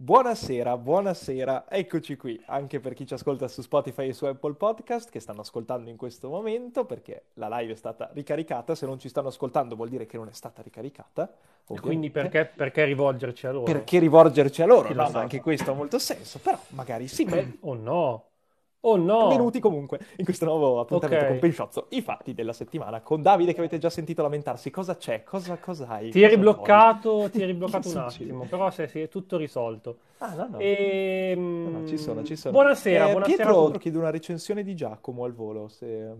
buonasera, buonasera, eccoci qui, anche per chi ci ascolta su Spotify e su Apple Podcast, che stanno ascoltando in questo momento, perché la live è stata ricaricata, se non ci stanno ascoltando vuol dire che non è stata ricaricata, E quindi ovviamente. perché rivolgerci a loro? Perché rivolgerci a loro? Chi lo No, ma sa? anche questo ha molto senso, però magari sì. Oh no! Oh no! Benvenuti comunque in questo nuovo Ok, appuntamento con Penshozzo, i fatti della settimana, con Davide che avete già sentito lamentarsi. Cosa c'è? Cosa hai? Cosa vuoi? ti eri Che bloccato un succede? attimo, però si è tutto risolto. Ah, no, no. No, no, ci sono. Buonasera, buonasera a Pietro, tutti. chiedo una recensione di Giacomo al volo,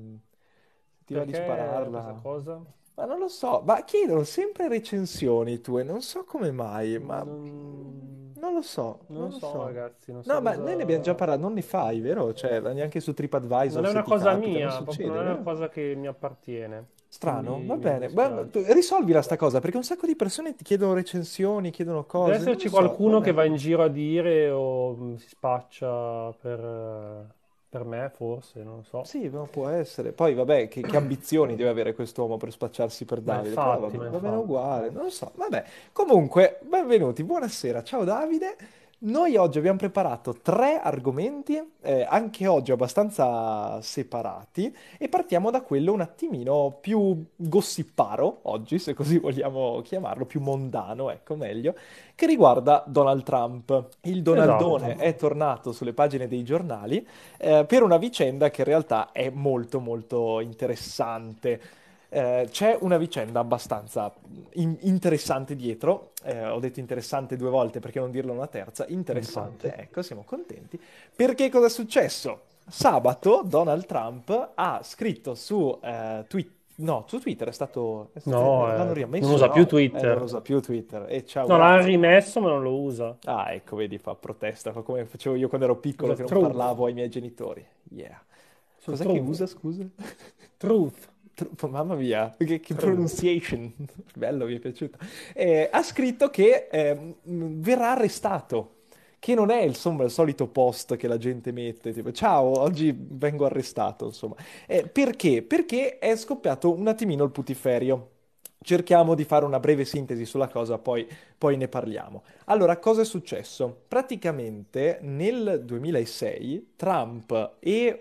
se ti va di Perché questa spararla. cosa? Ma non lo so, ma chiedono sempre recensioni tue, non so come mai, ma non lo so, Non non lo lo so, so. ragazzi, non so No, ma noi ne abbiamo già cosa. parlato, non ne fai, vero? Cioè, neanche su Non TripAdvisor è se una ti cosa capita, non mia, proprio non succede, è una vero? cosa che mi appartiene. Strano, Quindi va mi bene. Beh, dispiace. risolvila sta cosa, perché un sacco di persone ti chiedono recensioni, chiedono Deve cose, non lo esserci so, qualcuno che vabbè. va in giro a dire o si spaccia per me, forse, non lo so. Sì, ma può essere. Poi, vabbè, che ambizioni deve avere quest'uomo per spacciarsi per Davide? Però Ma vabbè, va bene infatti. uguale, non lo so. Vabbè, comunque, benvenuti, buonasera, ciao Davide. Noi oggi abbiamo preparato tre argomenti, anche oggi abbastanza separati, e partiamo da quello un attimino più gossiparo, oggi, se così vogliamo chiamarlo, più mondano, ecco, meglio, che riguarda Donald Trump. Il Donaldone Esatto. è tornato sulle pagine dei giornali per una vicenda che in realtà è molto molto interessante. C'è una vicenda abbastanza interessante dietro, ho detto interessante due volte perché non dirlo una terza, Infatti. interessante, ecco, siamo contenti, perché cosa è successo? Sabato Donald Trump ha scritto su Twitter, no, su Twitter No, l'hanno non riammesso? usa più No, non Twitter. usa più Twitter, e ciao, No, l'hanno grazie. rimesso, ma non lo usa. Ah, ecco, vedi, fa protesta, fa come facevo io quando ero piccolo Usa che non Truth. parlavo ai miei genitori. Yeah. Su Cos'è che Truth. usa, scusa? Truth. Mamma mia, che Truth. pronunciation. Bello, mi è piaciuto. Ha scritto che verrà arrestato, che non è insomma il solito post che la gente mette, tipo ciao, oggi vengo arrestato, insomma. Perché? Perché è scoppiato un attimino il putiferio. Cerchiamo di fare una breve sintesi sulla cosa, poi ne parliamo. Allora, cosa è successo? Praticamente nel 2006 Trump e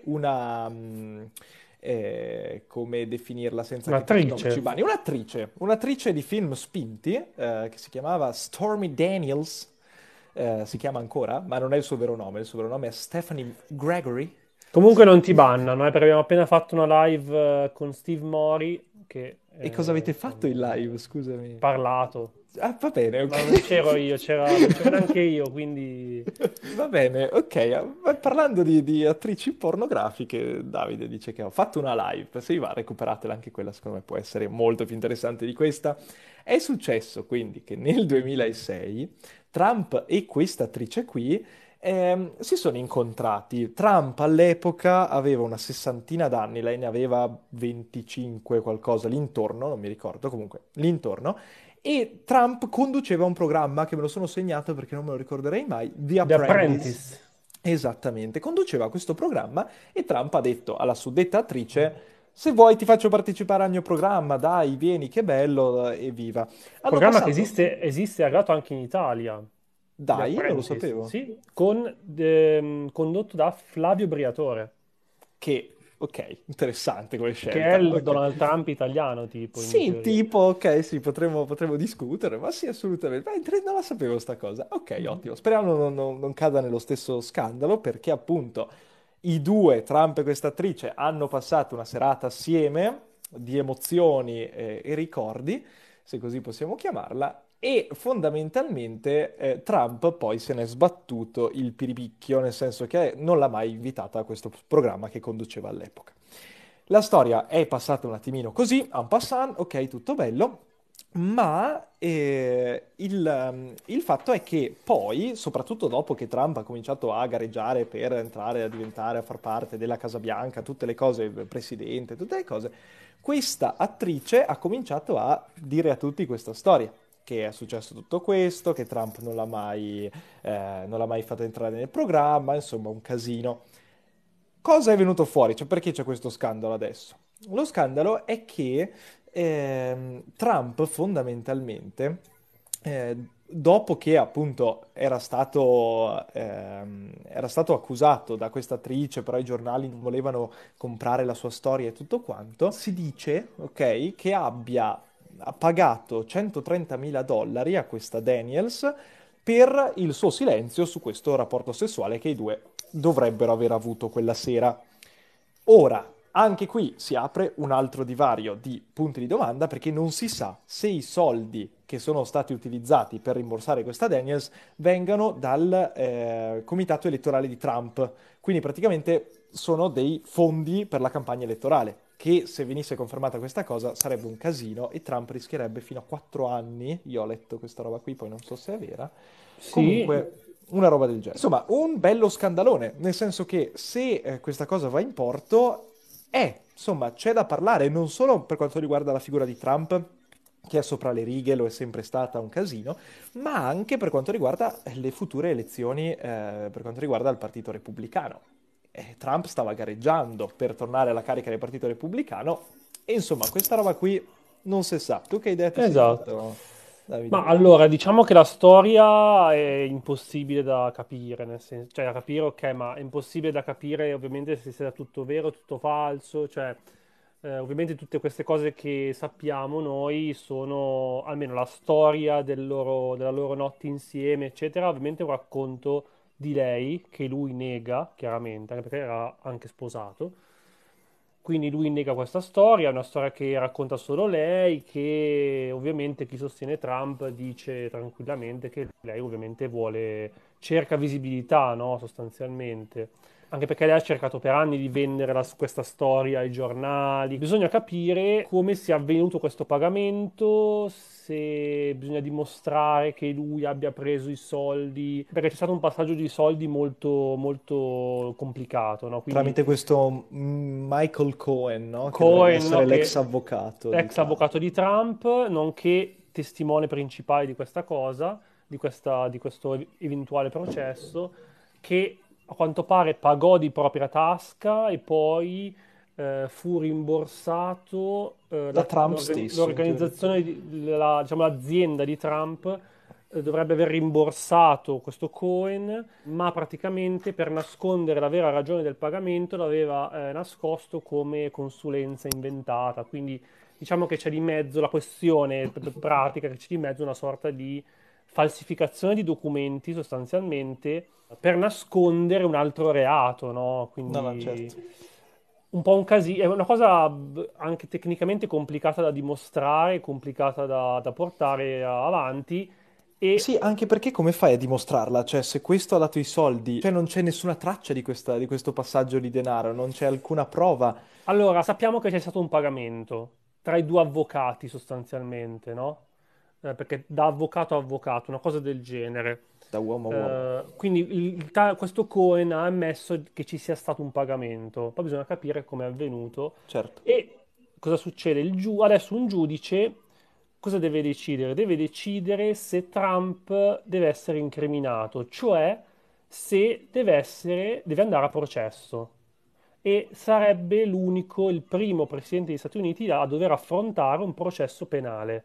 come definirla senza che tutti i nome ci Un'attrice. bani, un'attrice di film spinti che si chiamava Stormy Daniels, si chiama ancora, ma non è il suo vero nome è Stephanie Gregory. Comunque non ti bannano, perché abbiamo appena fatto una live con Steve Mori che, E cosa avete fatto in insomma, live, scusami? parlato. Ah, va bene, ok. Ma non c'ero io, non c'ero neanche io, quindi. Va bene, ok. Parlando di attrici pornografiche, Davide dice che ho fatto una live. Se vi va, recuperatela anche quella, secondo me può essere molto più interessante di questa. È successo quindi che nel 2006 Trump e questa attrice qui si sono incontrati. Trump all'epoca aveva una sessantina d'anni, lei ne aveva 25 qualcosa, l'intorno, non mi ricordo, comunque l'intorno. E Trump conduceva un programma che me lo sono segnato perché non me lo ricorderei mai, The The Apprentice. Apprentice. Esattamente, conduceva questo programma e Trump ha detto alla suddetta attrice: Se vuoi ti faccio partecipare al mio programma, dai, vieni, che bello, evviva. Hanno Programma che passato. esiste, è arrivato anche in Italia. The Dai, non lo Apprentice, sapevo. sì, condotto da Flavio Briatore, Che, ok, interessante come che è scelta. il Ok. Donald Trump italiano, tipo, in Sì, teoria. tipo, ok, sì, potremmo discutere, ma sì, assolutamente. Beh, non la sapevo sta cosa. Ok, ottimo. Speriamo non cada nello stesso scandalo, perché appunto i due, Trump e questa attrice, hanno passato una serata assieme di emozioni e ricordi, se così possiamo chiamarla, e fondamentalmente Trump poi se n'è sbattuto il piripicchio, nel senso che non l'ha mai invitata a questo programma che conduceva all'epoca. La storia è passata un attimino così, en passant, ok, tutto bello, ma il fatto è che poi, soprattutto dopo che Trump ha cominciato a gareggiare per entrare a diventare, a far parte della Casa Bianca, tutte le cose, il presidente, tutte le cose, questa attrice ha cominciato a dire a tutti questa storia, che è successo tutto questo, che Trump non l'ha mai fatto entrare nel programma, insomma, un casino. Cosa è venuto fuori? Cioè, perché c'è questo scandalo adesso? Lo scandalo è che Trump fondamentalmente dopo che appunto era stato accusato da questa attrice, però i giornali non volevano comprare la sua storia e tutto quanto, si dice, ok, che ha pagato 130.000 dollari a questa Daniels per il suo silenzio su questo rapporto sessuale che i due dovrebbero aver avuto quella sera. Ora, anche qui si apre un altro divario di punti di domanda perché non si sa se i soldi che sono stati utilizzati per rimborsare questa Daniels vengano dal comitato elettorale di Trump. Quindi praticamente sono dei fondi per la campagna elettorale, che se venisse confermata questa cosa sarebbe un casino e Trump rischierebbe fino a 4 anni. Io ho letto questa roba qui, poi non so se è vera. Sì, Comunque, una roba del genere. Insomma, un bello scandalone, nel senso che se questa cosa va in porto, insomma, c'è da parlare, non solo per quanto riguarda la figura di Trump, che è sopra le righe, lo è sempre stata un casino, ma anche per quanto riguarda le future elezioni, per quanto riguarda il Partito Repubblicano. Trump stava gareggiando per tornare alla carica del Partito Repubblicano e insomma, questa roba qui non si sa. Tu che idea ti sei esatto. fatto, Ma Davide? allora, diciamo che la storia è impossibile da capire, nel senso, cioè da capire, ok, ma è impossibile da capire ovviamente se sia tutto vero, tutto falso, cioè ovviamente tutte queste cose che sappiamo noi sono, almeno la storia della loro notte insieme, eccetera, ovviamente è un racconto di lei che lui nega, chiaramente, anche perché era anche sposato. Quindi lui nega questa storia, è una storia che racconta solo lei, che ovviamente chi sostiene Trump dice tranquillamente che lei ovviamente cerca visibilità, no? Sostanzialmente. Anche perché lei ha cercato per anni di vendere questa storia ai giornali. Bisogna capire come sia avvenuto questo pagamento, se bisogna dimostrare che lui abbia preso i soldi, perché c'è stato un passaggio di soldi molto, molto complicato, no? Quindi Tramite questo Michael Cohen, no? Che dovrebbe Cohen, no, essere l'ex che avvocato di ex Trump. avvocato di Trump, nonché testimone principale di questa cosa, di questo eventuale processo, che a quanto pare pagò di propria tasca e poi fu rimborsato Da Trump stesso, in teoria. l'organizzazione, diciamo, l'azienda di Trump dovrebbe aver rimborsato questo Cohen, ma praticamente per nascondere la vera ragione del pagamento l'aveva nascosto come consulenza inventata. Quindi diciamo che c'è di mezzo la questione pratica, che c'è di mezzo una sorta di falsificazione di documenti sostanzialmente per nascondere un altro reato, no? No, no, certo. Quindi un po' un casino, è una cosa anche tecnicamente complicata da dimostrare, complicata da portare avanti. E Sì, anche perché come fai a dimostrarla? Cioè, se questo ha dato i soldi, cioè non c'è nessuna traccia di questo passaggio di denaro, non c'è alcuna prova allora, sappiamo che c'è stato un pagamento tra i due avvocati sostanzialmente, no? Perché da avvocato a avvocato, una cosa del genere. da uomo a uomo. Quindi questo Cohen ha ammesso che ci sia stato un pagamento. Poi bisogna capire come è avvenuto Certo. e cosa succede. Adesso un giudice cosa deve decidere? Deve decidere se Trump deve essere incriminato, cioè se deve andare a processo e sarebbe il primo presidente degli Stati Uniti a dover affrontare un processo penale.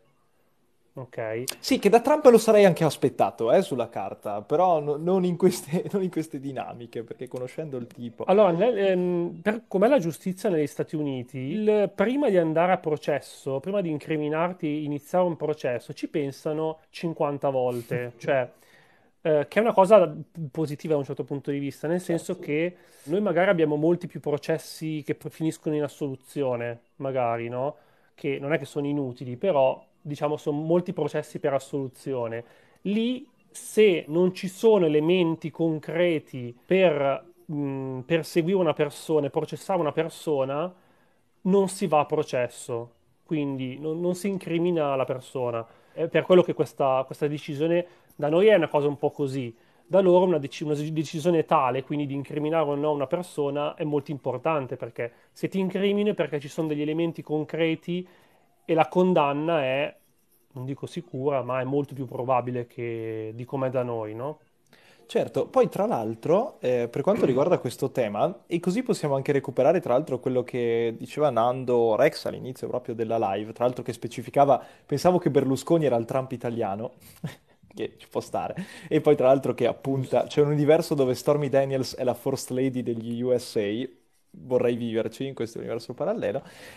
Ok? Sì, che da Trump lo sarei anche aspettato, sulla carta, però non in queste, non in queste dinamiche, perché conoscendo il tipo. Allora, per com'è la giustizia negli Stati Uniti, prima di andare a processo, prima di incriminarti, iniziare un processo, ci pensano 50 volte, cioè, che è una cosa positiva da un certo punto di vista, nel senso Certo. che noi magari abbiamo molti più processi che finiscono in assoluzione, magari, no? Che non è che sono inutili, però, diciamo, sono molti processi per assoluzione. Lì, se non ci sono elementi concreti per perseguire una persona e processare una persona, non si va a processo, quindi non si incrimina la persona. È per quello che questa decisione da noi è una cosa un po' così. Da loro una decisione tale, quindi di incriminare o no una persona, è molto importante perché se ti incrimini è perché ci sono degli elementi concreti e la condanna è, non dico sicura, ma è molto più probabile di com'è da noi, no? Certo, poi tra l'altro, per quanto riguarda questo tema, e così possiamo anche recuperare tra l'altro quello che diceva Nando Rex all'inizio proprio della live, tra l'altro che specificava, pensavo che Berlusconi era il Trump italiano, che ci può stare, e poi tra l'altro che appunta, Giusto. c'è un universo dove Stormy Daniels è la First Lady degli USA, vorrei viverci in questo universo parallelo,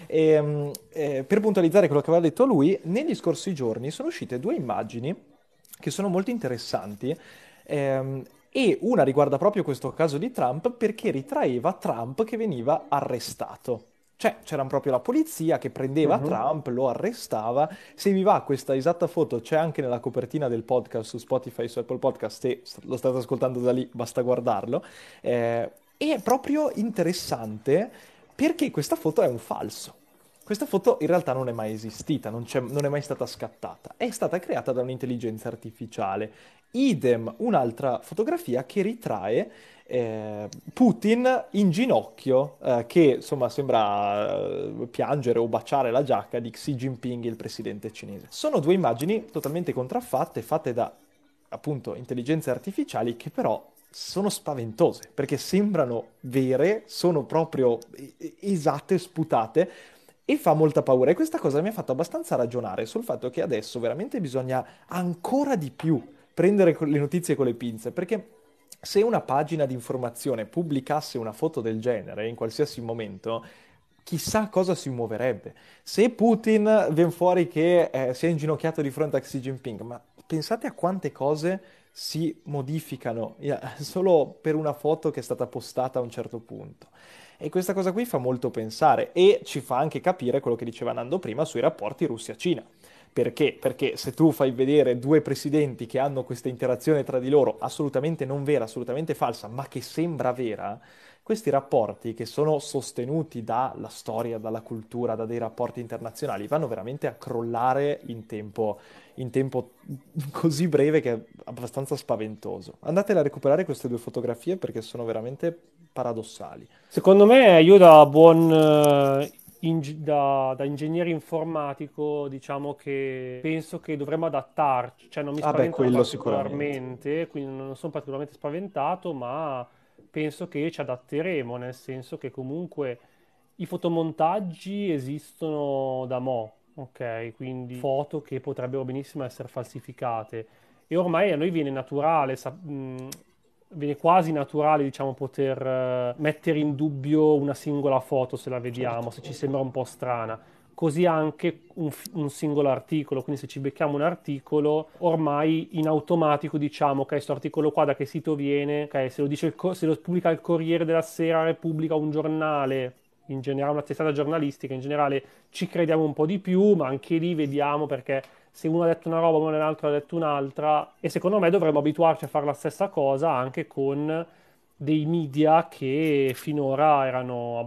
per puntualizzare quello che aveva detto lui, negli scorsi giorni sono uscite due immagini che sono molto interessanti. E una riguarda proprio questo caso di Trump perché ritraeva Trump che veniva arrestato. Cioè, c'era proprio la polizia che prendeva Mhm. Trump, lo arrestava. Se vi va questa esatta foto, c'è anche nella copertina del podcast su Spotify, su Apple Podcast, se lo state ascoltando da lì, basta guardarlo. E è proprio interessante perché questa foto è un falso. Questa foto in realtà non è mai esistita, non è mai stata scattata, è stata creata da un'intelligenza artificiale. Idem, un'altra fotografia che ritrae Putin in ginocchio, che insomma sembra piangere o baciare la giacca di Xi Jinping, il presidente cinese. Sono due immagini totalmente contraffatte, fatte da appunto intelligenze artificiali che però sono spaventose perché sembrano vere, sono proprio esatte, sputate e fa molta paura. E questa cosa mi ha fatto abbastanza ragionare sul fatto che adesso veramente bisogna ancora di più prendere le notizie con le pinze, perché se una pagina di informazione pubblicasse una foto del genere in qualsiasi momento, chissà cosa si muoverebbe. Se Putin viene fuori che si è inginocchiato di fronte a Xi Jinping, ma pensate a quante cose si modificano solo per una foto che è stata postata a un certo punto. E questa cosa qui fa molto pensare e ci fa anche capire quello che diceva Nando prima sui rapporti Russia-Cina. Perché? Perché se tu fai vedere due presidenti che hanno questa interazione tra di loro assolutamente non vera, assolutamente falsa, ma che sembra vera, questi rapporti che sono sostenuti dalla storia, dalla cultura, da dei rapporti internazionali, vanno veramente a crollare in tempo così breve che è abbastanza spaventoso. Andatele a recuperare queste due fotografie perché sono veramente paradossali. Secondo me, io da buon da ingegnere informatico, diciamo che penso che dovremmo adattarci, cioè non mi Ah beh, spaventano quello sicuramente. particolarmente, quindi non sono particolarmente spaventato, ma penso che ci adatteremo, nel senso che comunque i fotomontaggi esistono da mo', ok? Quindi foto che potrebbero benissimo essere falsificate. E ormai a noi viene naturale, viene quasi naturale, diciamo, poter mettere in dubbio una singola foto se la Certo. vediamo, se ci sembra un po' strana. Così anche un singolo articolo, quindi se ci becchiamo un articolo, ormai in automatico diciamo, ok, questo articolo qua da che sito viene, ok, se lo dice se lo pubblica il Corriere della Sera, Repubblica, un giornale, in generale una testata giornalistica, in generale ci crediamo un po' di più, ma anche lì vediamo perché se uno ha detto una roba, uno nell'altro ha detto un'altra, e secondo me dovremmo abituarci a fare la stessa cosa anche con dei media che finora erano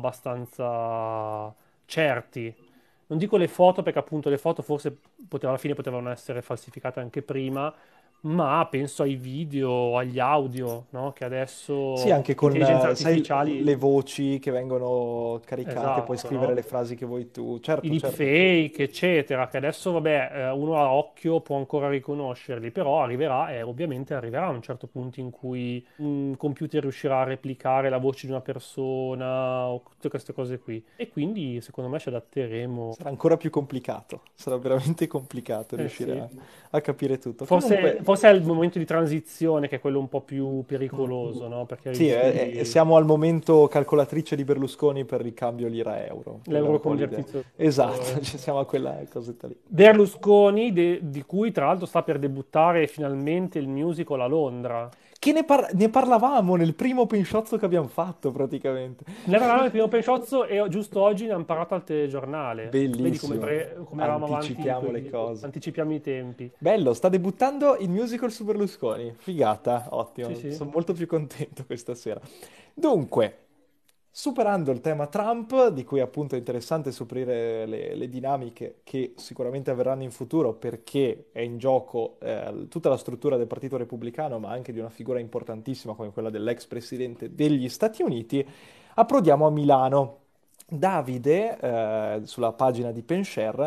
abbastanza certi. Non dico le foto, perché appunto le foto forse alla fine potevano essere falsificate anche prima, ma penso ai video, agli audio, no? Che Sì, adesso anche le con, intelligenze sai, le artificiali, voci che vengono caricate, puoi esatto, scrivere no? le frasi che vuoi tu. I Certo, certo. deepfake, eccetera, che adesso, vabbè, uno a occhio può ancora riconoscerli, però arriverà, e ovviamente arriverà a un certo punto in cui un computer riuscirà a replicare la voce di una persona o tutte queste cose qui. E quindi, secondo me, ci adatteremo. Sarà ancora più complicato. Sarà veramente complicato Eh riuscire sì. a capire tutto. Forse, Comunque, forse è il momento di transizione che è quello un po' più pericoloso, no? Perché sì, rischi di siamo al momento calcolatrice di Berlusconi per il cambio lira-euro. Quella è un l'euro po' l'idea. convertito. Esatto, ci siamo a quella cosetta lì. Berlusconi, di cui tra l'altro sta per debuttare finalmente il musical a Londra. Che ne parlavamo nel primo pensciozzo che abbiamo fatto, praticamente. Ne parlavamo nel primo Pensciozzo e giusto oggi ne hanno parlato al telegiornale. Vedi come, Bellissimo. come eravamo avanti, Anticipiamo le cose. anticipiamo i tempi. Bello, sta debuttando il musical su Berlusconi. Figata, Sì, ottimo. sì. Sono molto più contento questa sera. Dunque, superando il tema Trump, di cui appunto è interessante scoprire le dinamiche che sicuramente avverranno in futuro perché è in gioco tutta la struttura del Partito Repubblicano, ma anche di una figura importantissima come quella dell'ex presidente degli Stati Uniti, approdiamo a Milano. Davide, sulla pagina di Penshare,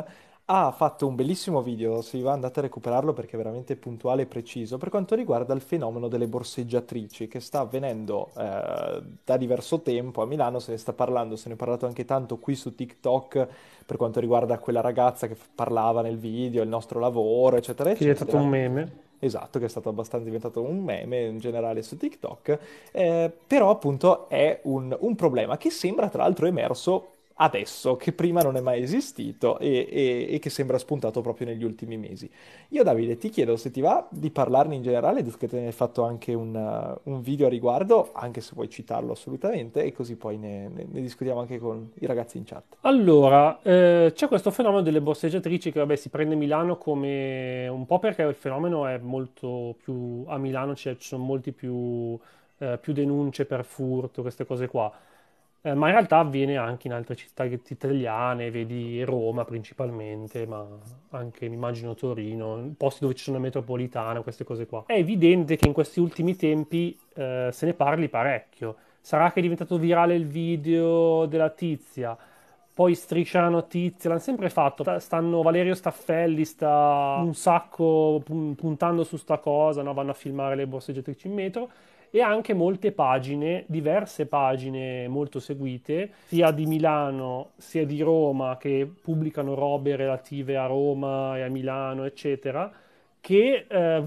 Ha fatto un bellissimo video, se va andate a recuperarlo perché è veramente puntuale e preciso, per quanto riguarda il fenomeno delle borseggiatrici che sta avvenendo da diverso tempo a Milano, se ne sta parlando, se ne è parlato anche tanto qui su TikTok per quanto riguarda quella ragazza che parlava nel video, il nostro lavoro, eccetera, Che è stato un eccetera. meme. Esatto, che è stato abbastanza diventato un meme in generale su TikTok, però appunto è un problema che sembra tra l'altro emerso adesso, che prima non è mai esistito e che sembra spuntato proprio negli ultimi mesi. Io Davide ti chiedo se ti va di parlarne in generale, visto che te ne hai fatto anche un video a riguardo, anche se vuoi citarlo assolutamente, e così poi ne discutiamo anche con i ragazzi in chat. Allora, c'è questo fenomeno delle borseggiatrici che, vabbè, si prende Milano come un po' perché il fenomeno è molto più a Milano, ci sono molti più denunce per furto, queste cose qua. Ma in realtà avviene anche in altre città italiane, vedi Roma principalmente, ma anche mi immagino Torino, posti dove ci sono le metropolitane, queste cose qua. È evidente che in questi ultimi tempi se ne parli parecchio. Sarà che è diventato virale il video della tizia, poi Striscia la notizia, l'hanno sempre fatto. Valerio Staffelli sta un sacco puntando su sta cosa, no? Vanno a filmare le borseggiatrici in metro e anche molte pagine, diverse pagine molto seguite, sia di Milano sia di Roma, che pubblicano robe relative a Roma e a Milano, eccetera, che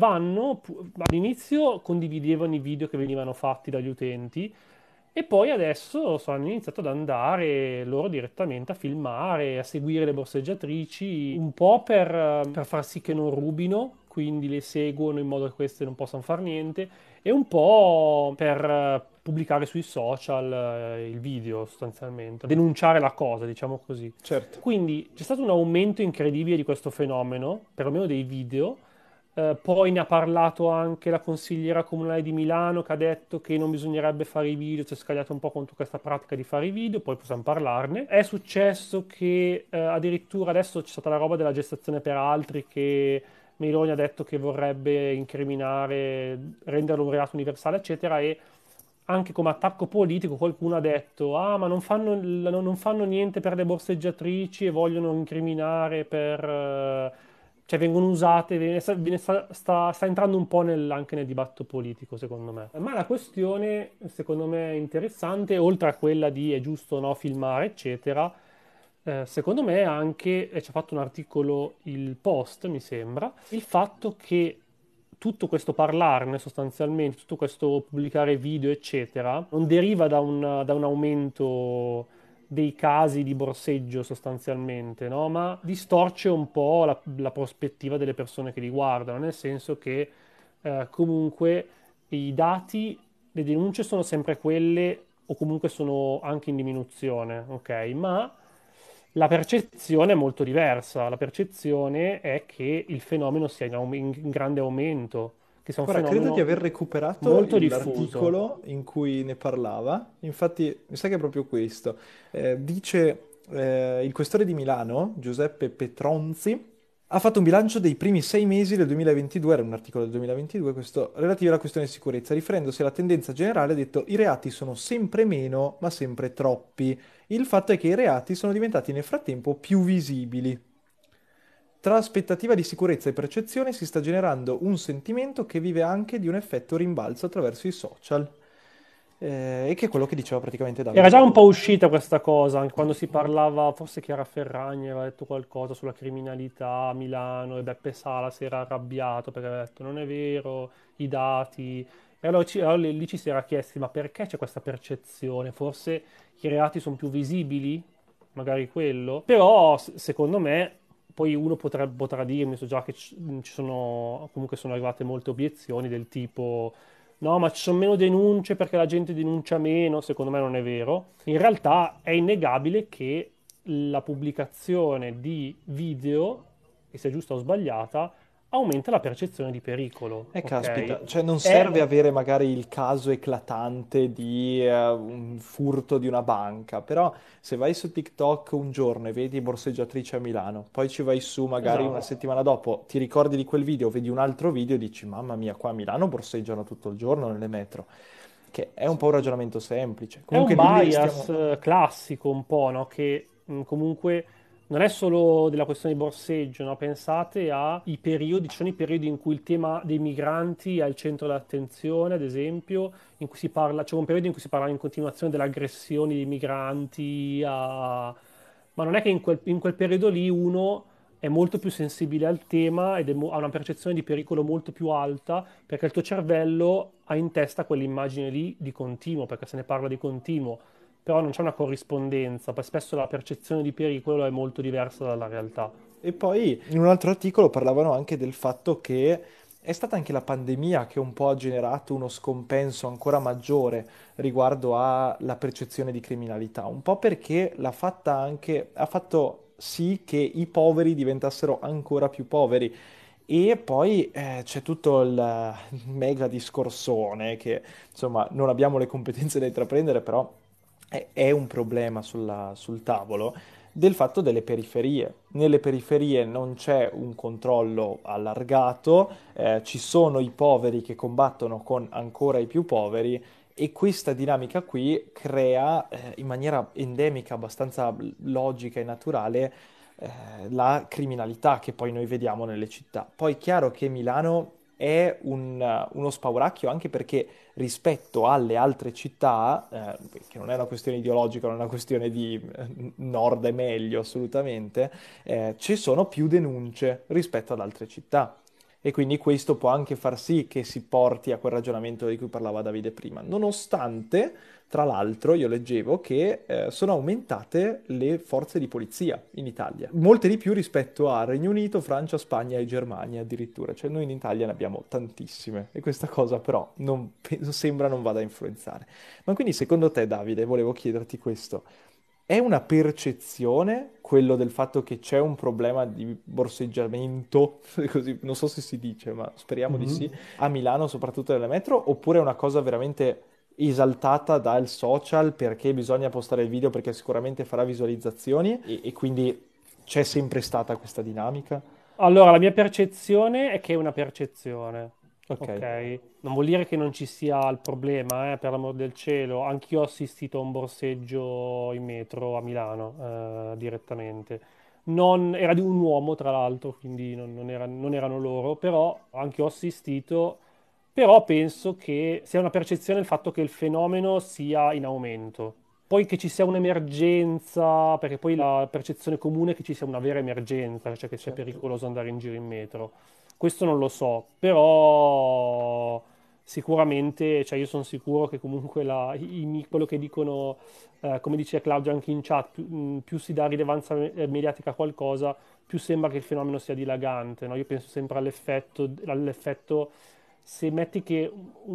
all'inizio condividevano i video che venivano fatti dagli utenti e poi adesso hanno iniziato ad andare loro direttamente a filmare, a seguire le borseggiatrici, un po' per far sì che non rubino, quindi le seguono in modo che queste non possano far niente, e un po' per pubblicare sui social il video sostanzialmente, denunciare la cosa, diciamo così. Certo. Quindi c'è stato un aumento incredibile di questo fenomeno, perlomeno dei video. Poi ne ha parlato anche la consigliera comunale di Milano che ha detto che non bisognerebbe fare i video, si è scagliato un po' contro questa pratica di fare i video, poi possiamo parlarne. È successo che addirittura adesso c'è stata la roba della gestazione per altri che Meloni ha detto che vorrebbe incriminare, renderlo un reato universale, eccetera, e anche come attacco politico qualcuno ha detto ah ma non fanno niente per le borseggiatrici e vogliono incriminare cioè vengono usate, sta entrando un po' anche nel dibattito politico secondo me. Ma la questione secondo me è interessante, oltre a quella di è giusto o no filmare eccetera, secondo me anche, e ci ha fatto un articolo il Post mi sembra, il fatto che tutto questo parlarne sostanzialmente, tutto questo pubblicare video, eccetera, non deriva da un aumento dei casi di borseggio sostanzialmente, no? Ma distorce un po' la prospettiva delle persone che li guardano, nel senso che comunque i dati, le denunce sono sempre quelle o comunque sono anche in diminuzione, ok? Ma la percezione è molto diversa. La percezione è che il fenomeno sia in grande aumento, che sia un Guarda, credo di fenomeno aver recuperato molto diffuso. l'articolo in cui ne parlava, infatti mi sa che è proprio questo. Dice il questore di Milano, Giuseppe Petronzi, ha fatto un bilancio dei primi 6 mesi del 2022, era un articolo del 2022, questo, relativo alla questione di sicurezza, riferendosi alla tendenza generale, ha detto i reati sono sempre meno, ma sempre troppi. Il fatto è che i reati sono diventati nel frattempo più visibili. Tra aspettativa di sicurezza e percezione si sta generando un sentimento che vive anche di un effetto rimbalzo attraverso i social, e che è quello che diceva praticamente Era Davide. già un po' uscita questa cosa, anche quando si parlava, forse Chiara Ferragni aveva detto qualcosa sulla criminalità a Milano e Beppe Sala si era arrabbiato perché aveva detto non è vero, i dati. E allora lì ci si era chiesti, ma perché c'è questa percezione? Forse i reati sono più visibili? Magari quello? Però secondo me, poi uno potrà dirmi, so già che ci sono, comunque sono arrivate molte obiezioni del tipo no, ma ci sono meno denunce perché la gente denuncia meno, secondo me non è vero. In realtà è innegabile che la pubblicazione di video, che sia giusta o sbagliata, aumenta la percezione di pericolo, ok? Caspita, cioè non serve È avere magari il caso eclatante di un furto di una banca, però se vai su TikTok un giorno e vedi borseggiatrice a Milano, poi ci vai su magari una esatto. settimana dopo, ti ricordi di quel video, vedi un altro video e dici mamma mia, qua a Milano borseggiano tutto il giorno nelle metro, che è un po' un ragionamento semplice. È un Comunque di lì bias stiamo... classico un po', no? Che comunque non è solo della questione di borseggio, no? Pensate ai periodi, ci sono i periodi in cui il tema dei migranti è al centro dell'attenzione, ad esempio, in cui si parla, c'è un periodo in cui si parla in continuazione delle aggressioni dei migranti, ma non è che in quel periodo lì uno è molto più sensibile al tema ed ha una percezione di pericolo molto più alta perché il tuo cervello ha in testa quell'immagine lì di continuo, perché se ne parla di continuo, però non c'è una corrispondenza, poi spesso la percezione di pericolo è molto diversa dalla realtà. E poi in un altro articolo parlavano anche del fatto che è stata anche la pandemia che un po' ha generato uno scompenso ancora maggiore riguardo alla percezione di criminalità, un po' perché l'ha fatta anche, ha fatto sì che i poveri diventassero ancora più poveri. E poi c'è tutto il mega discorsone che insomma non abbiamo le competenze da intraprendere, però è un problema sul tavolo del fatto delle periferie. Nelle periferie non c'è un controllo allargato, ci sono i poveri che combattono con ancora i più poveri e questa dinamica qui crea in maniera endemica, abbastanza logica e naturale, la criminalità che poi noi vediamo nelle città. Poi è chiaro che Milano è uno spauracchio anche perché rispetto alle altre città, che non è una questione ideologica, non è una questione di nord è meglio assolutamente, ci sono più denunce rispetto ad altre città. E quindi questo può anche far sì che si porti a quel ragionamento di cui parlava Davide prima, nonostante, tra l'altro, io leggevo che sono aumentate le forze di polizia in Italia, molte di più rispetto a Regno Unito, Francia, Spagna e Germania addirittura, cioè noi in Italia ne abbiamo tantissime e questa cosa però sembra non vada a influenzare. Ma quindi secondo te, Davide, volevo chiederti questo. È una percezione quello del fatto che c'è un problema di borseggiamento, così, non so se si dice, ma speriamo di sì, Mhm. a Milano, soprattutto nelle metro, oppure è una cosa veramente esaltata dal social perché bisogna postare il video perché sicuramente farà visualizzazioni e quindi c'è sempre stata questa dinamica? Allora, la mia percezione è che è una percezione, Ok, ok? Non vuol dire che non ci sia il problema, per l'amor del cielo. Anch'io ho assistito a un borseggio in metro a Milano, direttamente. Era di un uomo, tra l'altro, quindi non erano loro, però anche io ho assistito. Però penso che sia una percezione il fatto che il fenomeno sia in aumento. Poi che ci sia un'emergenza, perché poi la percezione comune è che ci sia una vera emergenza, cioè che sia certo. pericoloso andare in giro in metro. Questo non lo so, però sicuramente, cioè io sono sicuro che comunque quello che dicono, come dice Claudio anche in chat, più si dà rilevanza mediatica a qualcosa, più sembra che il fenomeno sia dilagante, no? Io penso sempre all'effetto se metti che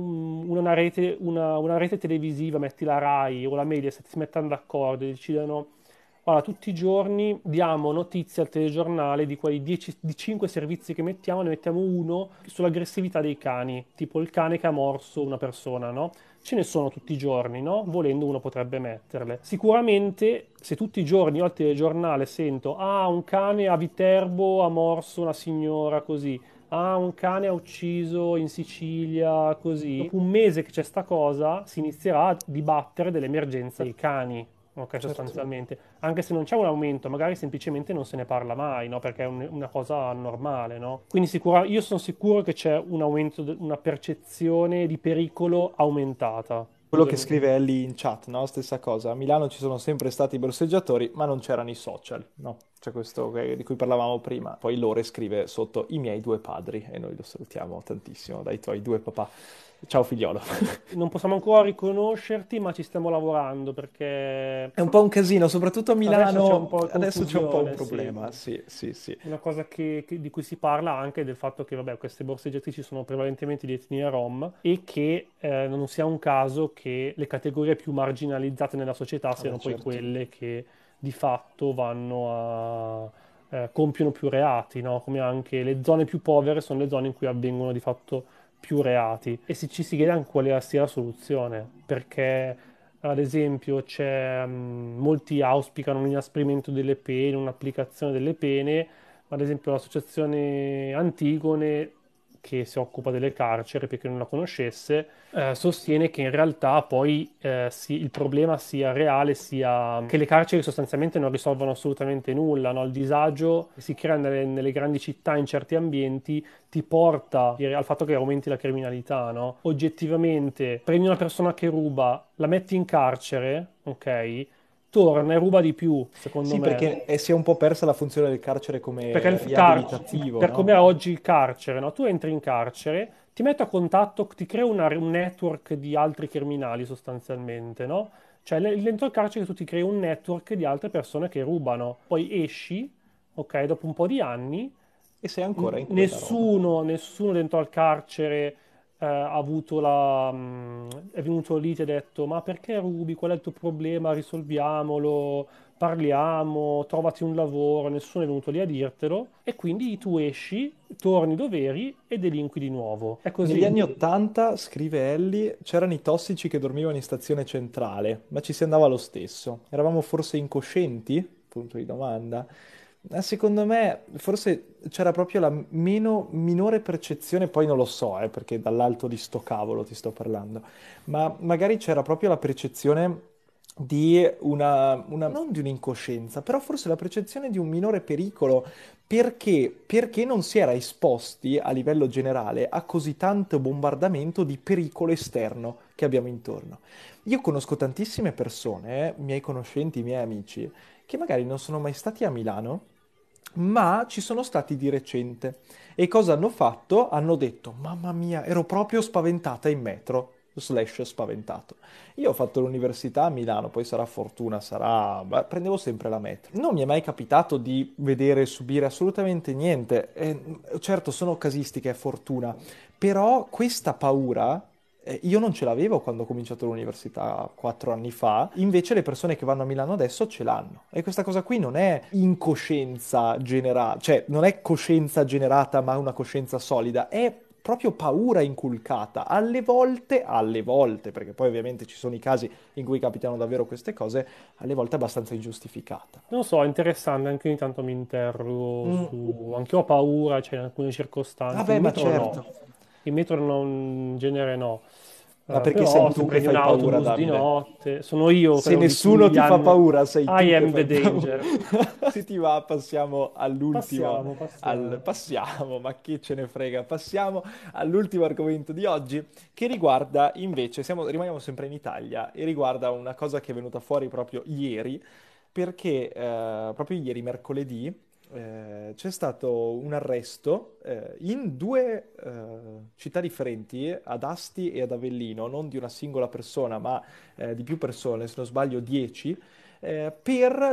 una rete televisiva, metti la Rai o la Mediaset, si mettano d'accordo e decidano, guarda, tutti i giorni diamo notizie al telegiornale di quei 10, di 5 servizi che mettiamo, ne mettiamo uno sull'aggressività dei cani, tipo il cane che ha morso una persona, no? Ce ne sono tutti i giorni, no? Volendo uno potrebbe metterle. Sicuramente se tutti i giorni io al telegiornale sento, ah, un cane a Viterbo ha morso una signora così, ah, un cane ha ucciso in Sicilia, così. Dopo un mese che c'è sta cosa, si inizierà a dibattere dell'emergenza dei cani, ok, Certo. sostanzialmente. Anche se non c'è un aumento, magari semplicemente non se ne parla mai, no? Perché è una cosa normale, no? Quindi io sono sicuro che c'è un aumento, una percezione di pericolo aumentata. Quello che Scusami. scrive Ellie in chat, no? Stessa cosa. A Milano ci sono sempre stati i borseggiatori, ma non c'erano i social, no? C'è questo di cui parlavamo prima. Poi Lore scrive sotto i miei due padri e noi lo salutiamo tantissimo dai tuoi due papà. Ciao figliolo. Non possiamo ancora riconoscerti, ma ci stiamo lavorando perché È un po' un casino, soprattutto a adesso c'è un Milano. po' di Adesso c'è un po' un confusione, sì. problema. Sì, sì, sì. Una cosa di cui si parla anche è del fatto che, vabbè, queste borseggiatrici sono prevalentemente di etnia rom e che non sia un caso che le categorie più marginalizzate nella società Vabbè, siano poi certo. quelle che di fatto compiono più reati, no? Come anche le zone più povere sono le zone in cui avvengono di fatto più reati. E se ci si chiede anche quale sia la soluzione, perché ad esempio molti auspicano un inasprimento delle pene, un'applicazione delle pene, ma ad esempio l'associazione Antigone che si occupa delle carceri, perché non la conoscesse, sostiene che in realtà poi il problema sia reale, sia che le carceri sostanzialmente non risolvono assolutamente nulla, no? Il disagio che si crea nelle grandi città in certi ambienti ti porta al fatto che aumenti la criminalità, no? Oggettivamente, prendi una persona che ruba, la metti in carcere, ok? Torna e ruba di più, secondo Sì, me. perché si è un po' persa la funzione del carcere Perché come riabilitativo, per come no? è oggi il carcere, no? Tu entri in carcere, ti metto a contatto, ti creo un network di altri criminali sostanzialmente, no? Cioè dentro il carcere tu ti crei un network di altre persone che rubano, poi esci, ok, dopo un po' di anni, E sei ancora in quella roba. nessuno dentro al carcere ha avuto è venuto lì e ti ha detto ma perché rubi? Qual è il tuo problema? Risolviamolo, parliamo, trovati un lavoro, nessuno è venuto lì a dirtelo e quindi tu esci, torni dove eri e delinqui di nuovo. È Negli così. anni Ottanta, scrive Ellie, c'erano i tossici che dormivano in stazione centrale, ma ci si andava lo stesso. Eravamo forse incoscienti? Punto di domanda. Secondo me, forse c'era proprio la minore percezione, poi non lo so, perché dall'alto di sto cavolo ti sto parlando, ma magari c'era proprio la percezione di non di un'incoscienza, però forse la percezione di un minore pericolo perché non si era esposti a livello generale a così tanto bombardamento di pericolo esterno che abbiamo intorno. Io conosco tantissime persone, miei conoscenti, miei amici, che magari non sono mai stati a Milano, ma ci sono stati di recente. E cosa hanno fatto? Hanno detto, mamma mia, ero proprio spaventata in metro, slash spaventato. Io ho fatto l'università a Milano, poi sarà fortuna, beh, prendevo sempre la metro. Non mi è mai capitato di vedere e subire assolutamente niente. Certo, sono casistiche, è fortuna, però questa paura io non ce l'avevo quando ho cominciato l'università 4 anni fa, invece le persone che vanno a Milano adesso ce l'hanno. E questa cosa qui non è incoscienza generata, cioè non è coscienza generata ma una coscienza solida, è proprio paura inculcata. Alle volte, perché poi ovviamente ci sono i casi in cui capitano davvero queste cose, alle volte abbastanza ingiustificata. Non so, è interessante, anche ogni tanto mi interrogo Mm. su... Anche io ho paura, cioè in alcune circostanze. Vabbè, In ma metro certo. no, in metro non, in genere no. Ma perché sei Però se tu che prendi un fai paura, autobus di Davide? notte, sono io Se quello di nessuno cui ti fa hanno... paura, sei tu I che am the fai paura. danger. Se ti va, passiamo all'ultimo. Passiamo. Passiamo, ma chi ce ne frega? Passiamo all'ultimo argomento di oggi, che riguarda invece, rimaniamo sempre in Italia, e riguarda una cosa che è venuta fuori proprio ieri, perché proprio ieri, mercoledì, c'è stato un arresto in due città differenti, ad Asti e ad Avellino, non di una singola persona, ma di più persone, se non sbaglio 10, per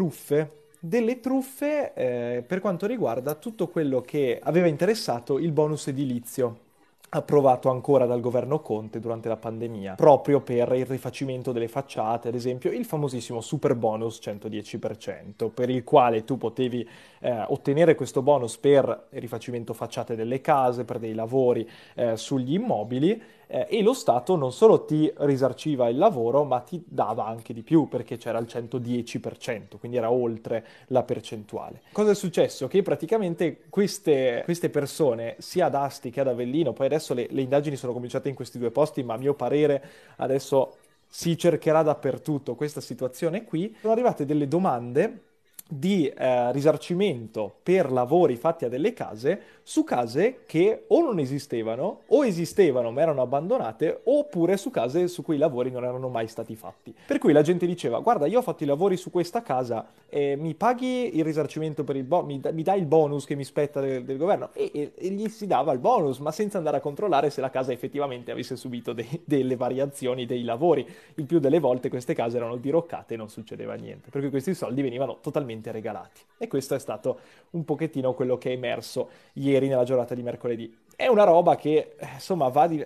delle truffe per quanto riguarda tutto quello che aveva interessato il bonus edilizio approvato ancora dal governo Conte durante la pandemia, proprio per il rifacimento delle facciate, ad esempio il famosissimo super bonus 110%, per il quale tu potevi ottenere questo bonus per il rifacimento facciate delle case, per dei lavori sugli immobili, e lo Stato non solo ti risarciva il lavoro, ma ti dava anche di più perché c'era il 110%, quindi era oltre la percentuale. Cosa è successo? Che praticamente queste persone, sia ad Asti che ad Avellino, poi adesso le indagini sono cominciate in questi due posti, ma a mio parere adesso si cercherà dappertutto questa situazione qui, sono arrivate delle domande di risarcimento per lavori fatti a delle case su case che o non esistevano o esistevano ma erano abbandonate oppure su case su cui i lavori non erano mai stati fatti. Per cui la gente diceva: guarda, io ho fatto i lavori su questa casa, mi paghi il risarcimento per mi dai il bonus che mi spetta del governo? E gli si dava il bonus, ma senza andare a controllare se la casa effettivamente avesse subito delle variazioni dei lavori. Il più delle volte queste case erano diroccate e non succedeva niente, per cui questi soldi venivano totalmente regalati. E questo è stato un pochettino quello che è emerso ieri nella giornata di mercoledì. È una roba che, insomma,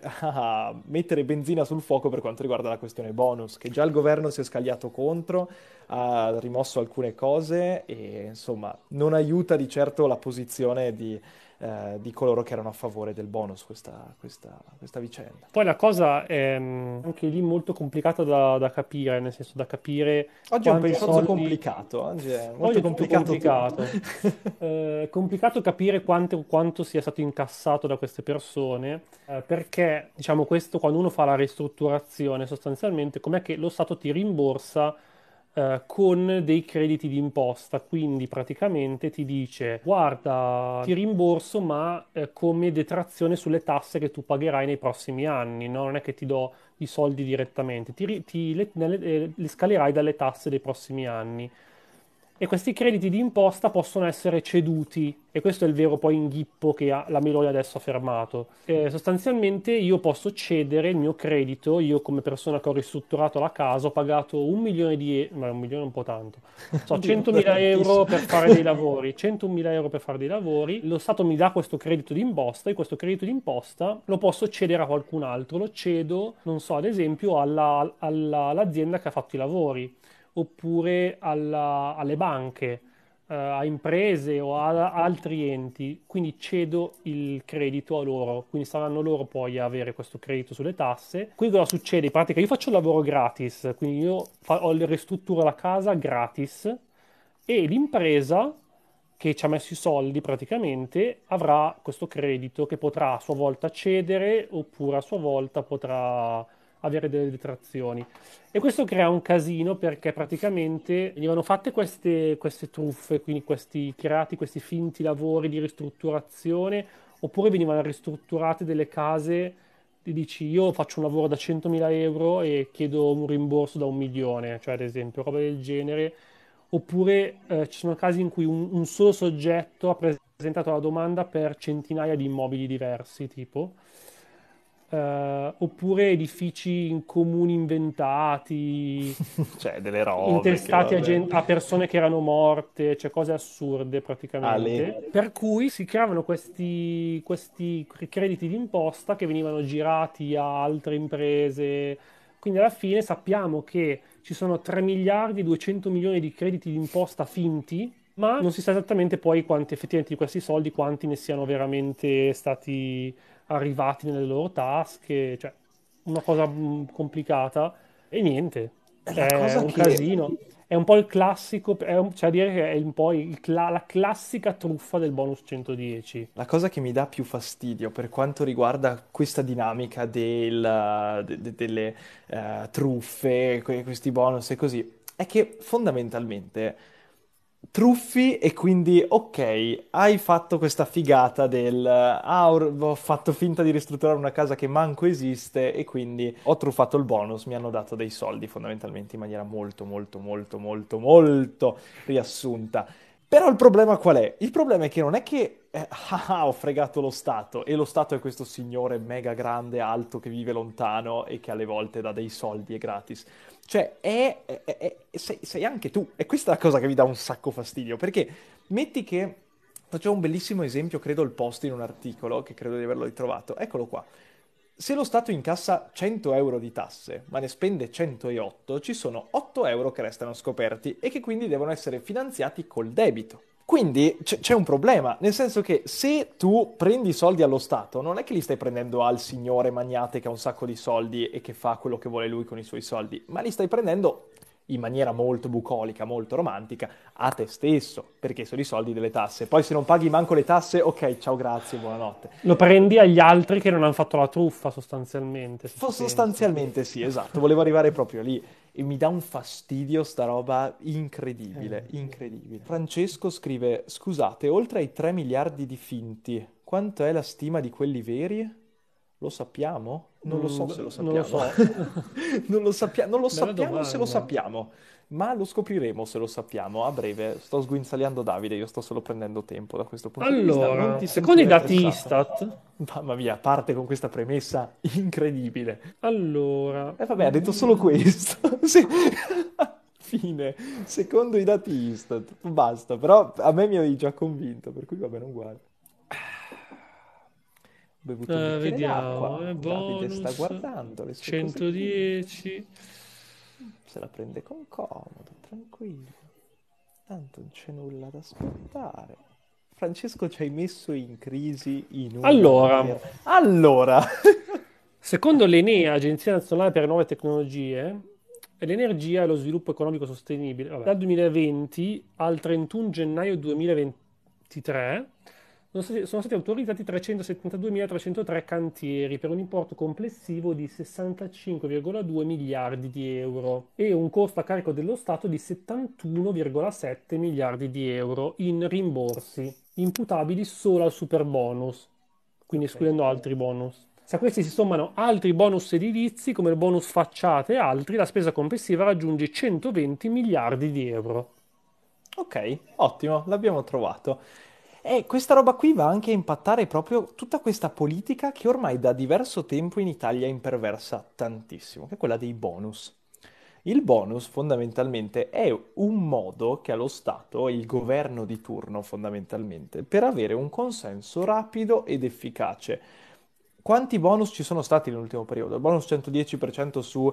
a mettere benzina sul fuoco per quanto riguarda la questione bonus, che già il governo si è scagliato contro, ha rimosso alcune cose e, insomma, non aiuta di certo la posizione di coloro che erano a favore del bonus questa vicenda. Poi la cosa è anche lì molto complicata da capire, nel senso da capire Oggi è un quanti pelotozzo soldi. complicato, oggi è Oggi molto è tutto complicato tutto. complicato. È complicato capire quanto sia stato incassato da queste persone, perché diciamo questo quando uno fa la ristrutturazione sostanzialmente, com'è che lo Stato ti rimborsa con dei crediti d'imposta, quindi praticamente ti dice guarda, ti rimborso ma come detrazione sulle tasse che tu pagherai nei prossimi anni, no? Non è che ti do i soldi direttamente, li scalerai dalle tasse dei prossimi anni. E questi crediti di imposta possono essere ceduti, e questo è il vero poi inghippo che la Meloni adesso ha fermato. Sostanzialmente io posso cedere il mio credito, io come persona che ho ristrutturato la casa ho pagato 1 milione di euro, ma 1 milione è un po' tanto, so, Oddio, 100.000 euro tantissimo. per fare dei lavori, 100.000 euro per fare dei lavori, lo Stato mi dà questo credito d'imposta e questo credito d'imposta lo posso cedere a qualcun altro, lo cedo, non so, ad esempio all'azienda che ha fatto i lavori oppure alle banche, a imprese o a altri enti, quindi cedo il credito a loro, quindi saranno loro poi a avere questo credito sulle tasse. Qui cosa succede? In pratica io faccio il lavoro gratis, quindi ristrutturo la casa gratis e l'impresa che ci ha messo i soldi praticamente avrà questo credito che potrà a sua volta cedere oppure a sua volta potrà avere delle detrazioni. E questo crea un casino perché praticamente venivano fatte queste truffe, quindi creati questi finti lavori di ristrutturazione, oppure venivano ristrutturate delle case, ti dici io faccio un lavoro da 100.000 euro e chiedo un rimborso da 1 milione, cioè ad esempio, roba del genere. Oppure ci sono casi in cui un solo soggetto ha presentato la domanda per centinaia di immobili diversi, tipo. Oppure edifici in comuni inventati, Cioè, delle robe che intestati vabbè. a persone che erano morte, cioè cose assurde Ale. praticamente. Per cui si creavano questi crediti d'imposta che venivano girati a altre imprese. Quindi alla fine sappiamo che ci sono 3 miliardi e 200 milioni di crediti d'imposta finti, ma non si sa esattamente poi quanti effettivamente di questi soldi, quanti ne siano veramente stati arrivati nelle loro tasche, cioè una cosa complicata e niente, La è cosa un che casino. È un po' il classico, cioè a dire che è un po' la classica truffa del bonus 110. La cosa che mi dà più fastidio per quanto riguarda questa dinamica delle truffe, questi bonus e così, è che fondamentalmente truffi e quindi, ok, hai fatto questa figata ho fatto finta di ristrutturare una casa che manco esiste e quindi ho truffato il bonus, mi hanno dato dei soldi fondamentalmente in maniera molto, molto, molto, molto, molto riassunta. Però il problema qual è? Il problema è che non è che ho fregato lo Stato e lo Stato è questo signore mega grande, alto, che vive lontano e che alle volte dà dei soldi e gratis. Cioè, sei anche tu. E questa è la cosa che mi dà un sacco fastidio, perché metti che. Facevo un bellissimo esempio, credo il post in un articolo, che credo di averlo ritrovato. Eccolo qua. Se lo Stato incassa 100 euro di tasse, ma ne spende 108, ci sono 8 euro che restano scoperti e che quindi devono essere finanziati col debito. Quindi c'è un problema, nel senso che se tu prendi i soldi allo Stato, non è che li stai prendendo al signore magnate che ha un sacco di soldi e che fa quello che vuole lui con i suoi soldi, ma li stai prendendo in maniera molto bucolica, molto romantica, a te stesso, perché sono i soldi delle tasse. Poi se non paghi manco le tasse, ok, ciao, grazie, buonanotte. Lo prendi agli altri che non hanno fatto la truffa sostanzialmente, se ci pensi. Sostanzialmente sì, esatto, volevo arrivare proprio lì e mi dà un fastidio sta roba incredibile, incredibile. Francesco scrive, scusate, oltre ai 3 miliardi di finti, quanto è la stima di quelli veri? Lo sappiamo? Non lo so se lo Non lo sappiamo. so. Non lo Bella sappiamo se lo domanda. sappiamo, ma lo scopriremo se lo sappiamo a breve. Sto sguinzagliando Davide, io sto solo prendendo tempo da questo punto di vista. Non ti Allora, secondo i sentire dati pressato. Istat, Mamma mia, parte con questa premessa incredibile. allora, E vabbè, ha detto solo questo. Sì. Fine. Secondo i dati Istat. Basta, però a me mi avevi già convinto, per cui vabbè, non guardo. Ho bevuto un bicchiere vediamo, d'acqua. Davide sta bonus guardando le sue cose qui. 110. Se la prende con comodo, tranquillo. Tanto non c'è nulla da aspettare. Francesco, ci hai messo in crisi in una Allora, maniera. Allora, secondo l'ENEA, Agenzia Nazionale per le Nuove Tecnologie, l'energia e lo sviluppo economico sostenibile, vabbè, dal 2020 al 31 gennaio 2023 sono stati autorizzati 372.303 cantieri per un importo complessivo di 65,2 miliardi di euro e un costo a carico dello Stato di 71,7 miliardi di euro in rimborsi, imputabili solo al superbonus, quindi ok. escludendo altri bonus. Se a questi si sommano altri bonus edilizi come il bonus facciate e altri, la spesa complessiva raggiunge 120 miliardi di euro. Ok, ottimo, l'abbiamo trovato. E questa roba qui va anche a impattare proprio tutta questa politica che ormai da diverso tempo in Italia imperversa tantissimo, che è quella dei bonus. Il bonus fondamentalmente è un modo che ha lo Stato e il governo di turno fondamentalmente per avere un consenso rapido ed efficace. Quanti bonus ci sono stati nell'ultimo periodo? Il bonus 110% su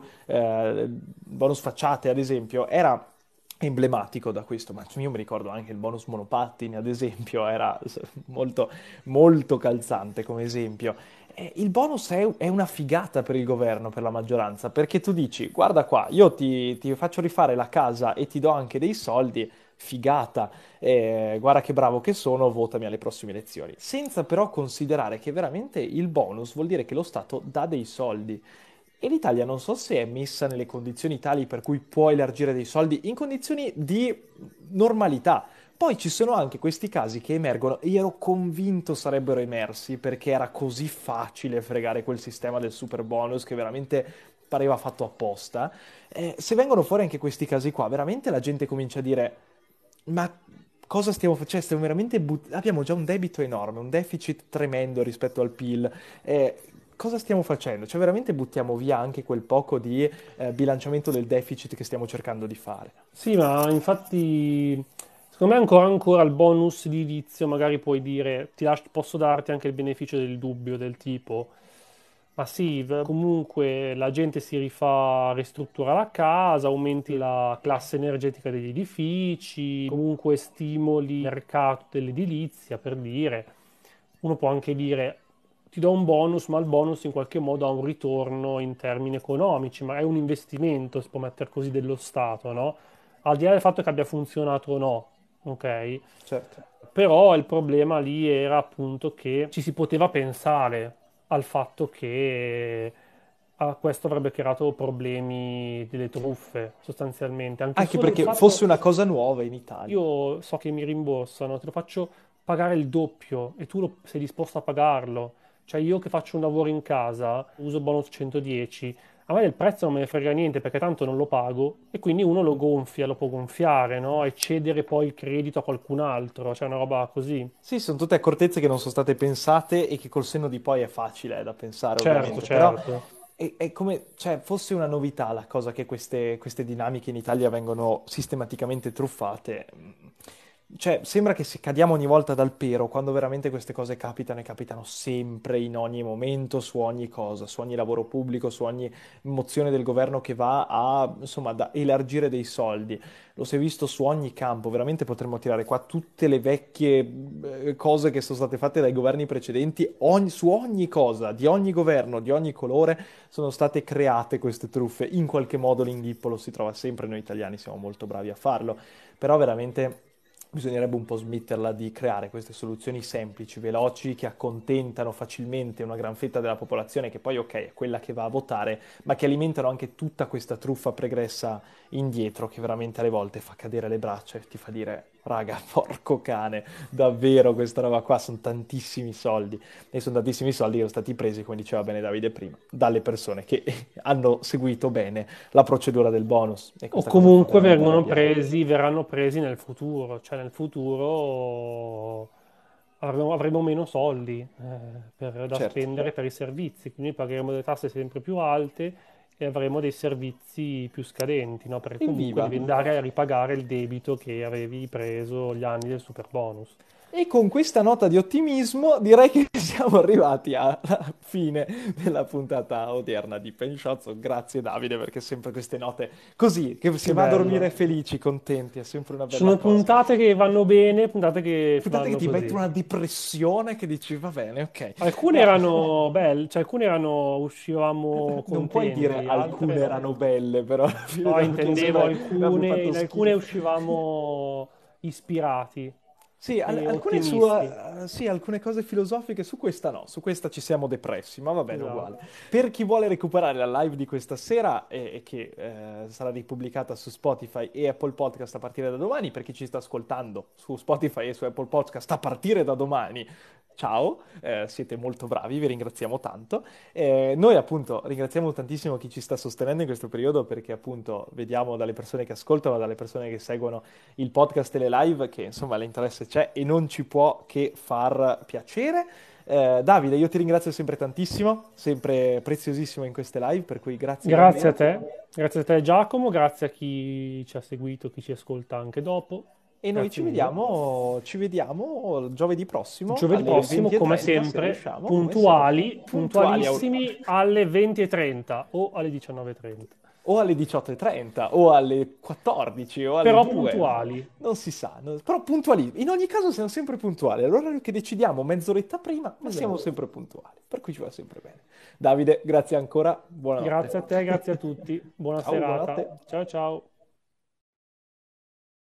bonus facciate, ad esempio, era emblematico da questo, ma io mi ricordo anche il bonus monopattini, ad esempio, era molto, molto calzante come esempio. Il bonus è una figata per il governo, per la maggioranza, perché tu dici, guarda qua, io ti faccio rifare la casa e ti do anche dei soldi, figata, guarda che bravo che sono, votami alle prossime elezioni. Senza però considerare che veramente il bonus vuol dire che lo Stato dà dei soldi. E l'Italia non so se è messa nelle condizioni tali per cui può elargire dei soldi in condizioni di normalità. Poi ci sono anche questi casi che emergono e io ero convinto sarebbero emersi perché era così facile fregare quel sistema del super bonus che veramente pareva fatto apposta. Se vengono fuori anche questi casi qua, veramente la gente comincia a dire: Ma cosa stiamo facendo? Cioè, stiamo veramente abbiamo già un debito enorme, un deficit tremendo rispetto al PIL. Cosa stiamo facendo? Cioè, veramente buttiamo via anche quel poco di bilanciamento del deficit che stiamo cercando di fare. Sì, ma infatti, secondo me ancora il bonus di inizio, magari puoi dire, posso darti anche il beneficio del dubbio, del tipo, ma sì, comunque la gente si rifà, ristruttura la casa, aumenti la classe energetica degli edifici, comunque stimoli il mercato dell'edilizia, per dire. Uno può anche dire, ti do un bonus, ma il bonus in qualche modo ha un ritorno in termini economici, ma è un investimento, si può mettere così, dello Stato, no? Al di là del fatto che abbia funzionato o no, ok? Certo. Però il problema lì era appunto che ci si poteva pensare al fatto che questo avrebbe creato problemi delle truffe, sostanzialmente. Anche Anche solo il perché fatto, fosse una cosa nuova in Italia. io so che mi rimborsano, te lo faccio pagare il doppio e tu sei disposto a pagarlo. Cioè io che faccio un lavoro in casa, uso bonus 110, a me del prezzo non me ne frega niente perché tanto non lo pago e quindi uno lo gonfia, lo può gonfiare, no? E cedere poi il credito a qualcun altro, cioè una roba così. Sì, sono tutte accortezze che non sono state pensate e che col senno di poi è facile da pensare, Certo, ovviamente. Però certo. è come, cioè, fosse una novità la cosa che queste dinamiche in Italia vengono sistematicamente truffate. Cioè, sembra che se cadiamo ogni volta dal pero, quando veramente queste cose capitano e capitano sempre, in ogni momento, su ogni cosa, su ogni lavoro pubblico, su ogni mozione del governo che va a, insomma, da elargire dei soldi. Lo si è visto su ogni campo, veramente potremmo tirare qua tutte le vecchie cose che sono state fatte dai governi precedenti, su ogni cosa, di ogni governo, di ogni colore, sono state create queste truffe. In qualche modo l'inghippo lo si trova sempre, noi italiani siamo molto bravi a farlo, però veramente bisognerebbe un po' smetterla di creare queste soluzioni semplici, veloci, che accontentano facilmente una gran fetta della popolazione, che poi ok, è quella che va a votare, ma che alimentano anche tutta questa truffa pregressa indietro, che veramente alle volte fa cadere le braccia e ti fa dire, raga, porco cane, davvero questa roba qua sono tantissimi soldi. E sono tantissimi soldi che sono stati presi, come diceva bene Davide prima, dalle persone che hanno seguito bene la procedura del bonus. E O questa cosa fa comunque veramente arrabbiare. verranno presi nel futuro, cioè nel futuro avremo meno soldi da Certo. spendere per i servizi, quindi pagheremo delle tasse sempre più alte e avremo dei servizi più scadenti, no? Perché comunque Evviva! devi andare a ripagare il debito che avevi preso gli anni del super bonus. E con questa nota di ottimismo direi che siamo arrivati alla fine della puntata odierna di Penshot. Grazie Davide, perché sempre queste note così, che si Che va a dormire bello. felici, contenti, è sempre una bella Sono cosa. puntate che vanno bene, puntate che Puntate che vanno ti mettono così. una depressione che dici va bene, ok. Alcune No, erano belle, cioè alcune erano, uscivamo non puoi dire contenti, alcune altre... erano belle, però alla fine No, della che intendevo abbiamo alcune, fatto in alcune schifo. uscivamo ispirati Sì, e alcune, ottimisti. sì, alcune cose filosofiche, su questa no, su questa ci siamo depressi, ma va bene uguale. Esatto. Per chi vuole recuperare la live di questa sera e che sarà ripubblicata su Spotify e Apple Podcast a partire da domani, per chi ci sta ascoltando su Spotify e su Apple Podcast a partire da domani, ciao, siete molto bravi, vi ringraziamo tanto. Noi appunto ringraziamo tantissimo chi ci sta sostenendo in questo periodo perché appunto vediamo dalle persone che ascoltano, dalle persone che seguono il podcast e le live, che insomma l'interesse c'è e non ci può che far piacere. Davide, io ti ringrazio sempre tantissimo, sempre preziosissimo in queste live, per cui grazie davvero. Grazie a te Giacomo, grazie a chi ci ha seguito, chi ci ascolta anche dopo. E noi Grazie mille. ci vediamo giovedì prossimo Giovedì alle prossimo, come 20:30 se sempre, riusciamo, come sempre, puntuali, puntuali puntualissimi alle 20:30 o alle 19:30. o alle 18:30 o alle 14 o alle Però 2. puntuali. Non si sa, però puntuali. In ogni caso siamo sempre puntuali. All'orario che decidiamo, mezz'oretta prima, ma siamo Esatto. sempre puntuali. Per cui ci va sempre bene. Davide, grazie ancora. Buonanotte. Grazie a te, grazie a tutti. Buona Ciao, serata. buonanotte. Ciao ciao.